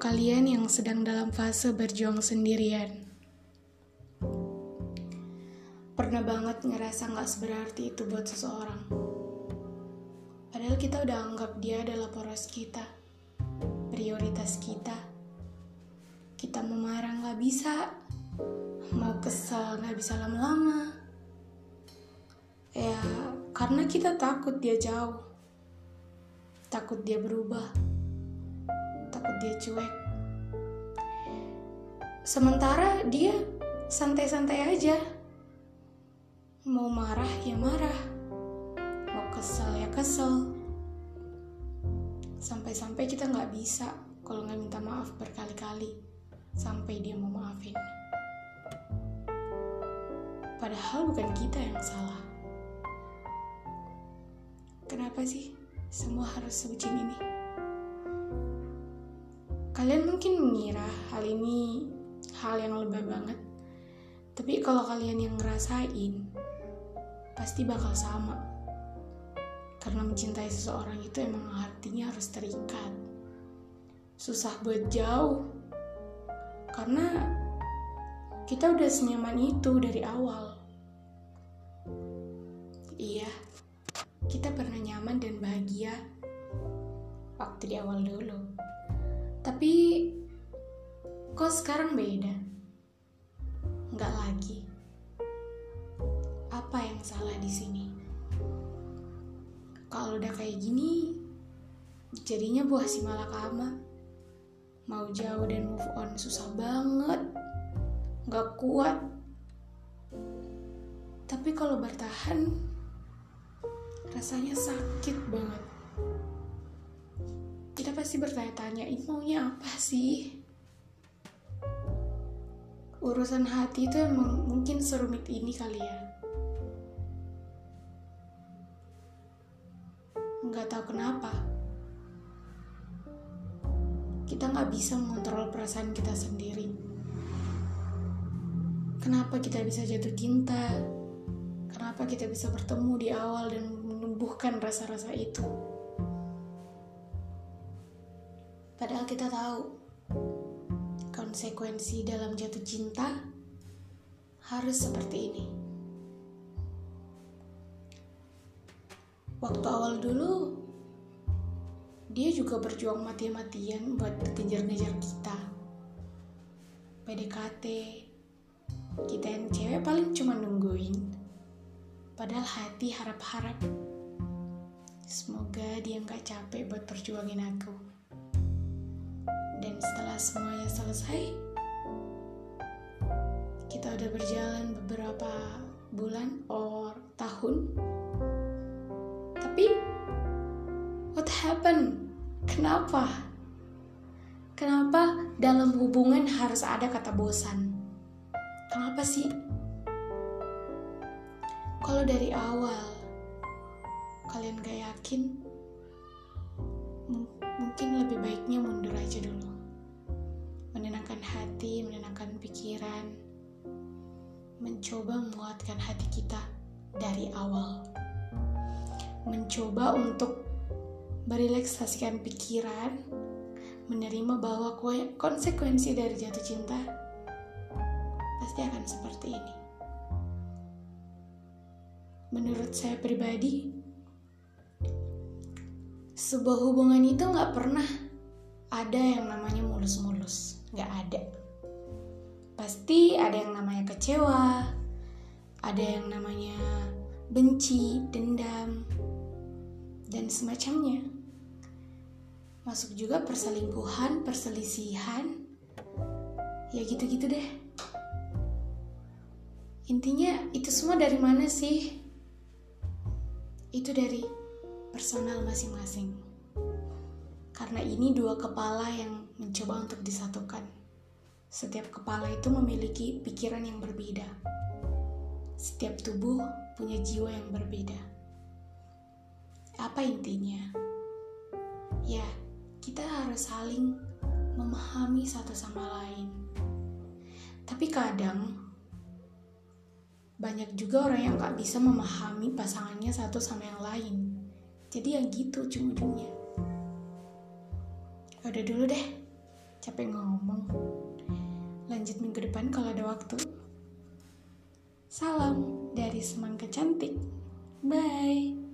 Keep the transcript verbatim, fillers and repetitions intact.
kalian yang sedang dalam fase berjuang sendirian. Pernah banget ngerasa gak seberarti itu buat seseorang. Padahal kita udah anggap dia adalah poros kita, prioritas kita. Kita mau marah gak bisa, mau kesel gak bisa lama-lama. Ya, karena kita takut dia jauh, takut dia berubah, takut dia cuek. Sementara dia santai-santai aja. Mau marah ya marah, mau kesel ya kesel. Sampai-sampai kita gak bisa kalau gak minta maaf berkali-kali sampai dia mau maafin. Padahal bukan kita yang salah. Kenapa sih semua harus sebutin ini? Kalian mungkin mengira hal ini hal yang lebay banget. Tapi kalau kalian yang ngerasain, pasti bakal sama. Karena mencintai seseorang itu emang artinya harus terikat. Susah buat jauh. Karena kita udah senyaman itu dari awal. Iya, kita pernah nyaman dan bahagia waktu di awal dulu. Tapi kok sekarang beda? Enggak lagi. Apa yang salah di sini? Kalau udah kayak gini, jadinya buah si malakama. Mau jauh dan move on susah banget. Enggak kuat. Tapi kalau bertahan, rasanya sakit banget. Kita pasti bertanya-tanya, ini maunya apa sih? Urusan hati itu emang mungkin serumit ini kali ya. Nggak tahu kenapa. Kita nggak bisa mengontrol perasaan kita sendiri. Kenapa kita bisa jatuh cinta? Kenapa kita bisa bertemu di awal dan menumbuhkan rasa-rasa itu? Padahal kita tahu konsekuensi dalam jatuh cinta harus seperti ini. Waktu awal dulu, dia juga berjuang mati-matian buat kejar-kejar kita. P D K T, kita yang cewek paling cuma nungguin. Padahal hati harap-harap semoga dia gak capek buat perjuangin aku. Dan setelah semuanya selesai, kita udah berjalan beberapa bulan or tahun. Tapi what happened? Kenapa? Kenapa dalam hubungan harus ada kata bosan? Kenapa sih? Kalau dari awal kalian gak yakin, m- mungkin lebih baiknya mundur aja dulu. Menenangkan hati, menenangkan pikiran, mencoba menguatkan hati kita dari awal. Mencoba untuk merelaksasikan pikiran, menerima bahwa konsekuensi dari jatuh cinta pasti akan seperti ini. Menurut saya pribadi, sebuah hubungan itu gak pernah ada yang namanya mulus-mulus. Gak ada. Pasti ada yang namanya kecewa, ada yang namanya benci, dendam, dan semacamnya. Masuk juga perselingkuhan, perselisihan, ya gitu-gitu deh. Intinya itu semua dari mana sih? Itu dari personal masing-masing. Karena ini dua kepala yang mencoba untuk disatukan. Setiap kepala itu memiliki pikiran yang berbeda. Setiap tubuh punya jiwa yang berbeda. Apa intinya? Ya, kita harus saling memahami satu sama lain. Tapi kadang banyak juga orang yang gak bisa memahami pasangannya satu sama yang lain. Jadi yang gitu ujung-ujungnya. Udah dulu deh. capek ngomong. Lanjut minggu depan kalau ada waktu. Salam dari Semangka Cantik. Bye.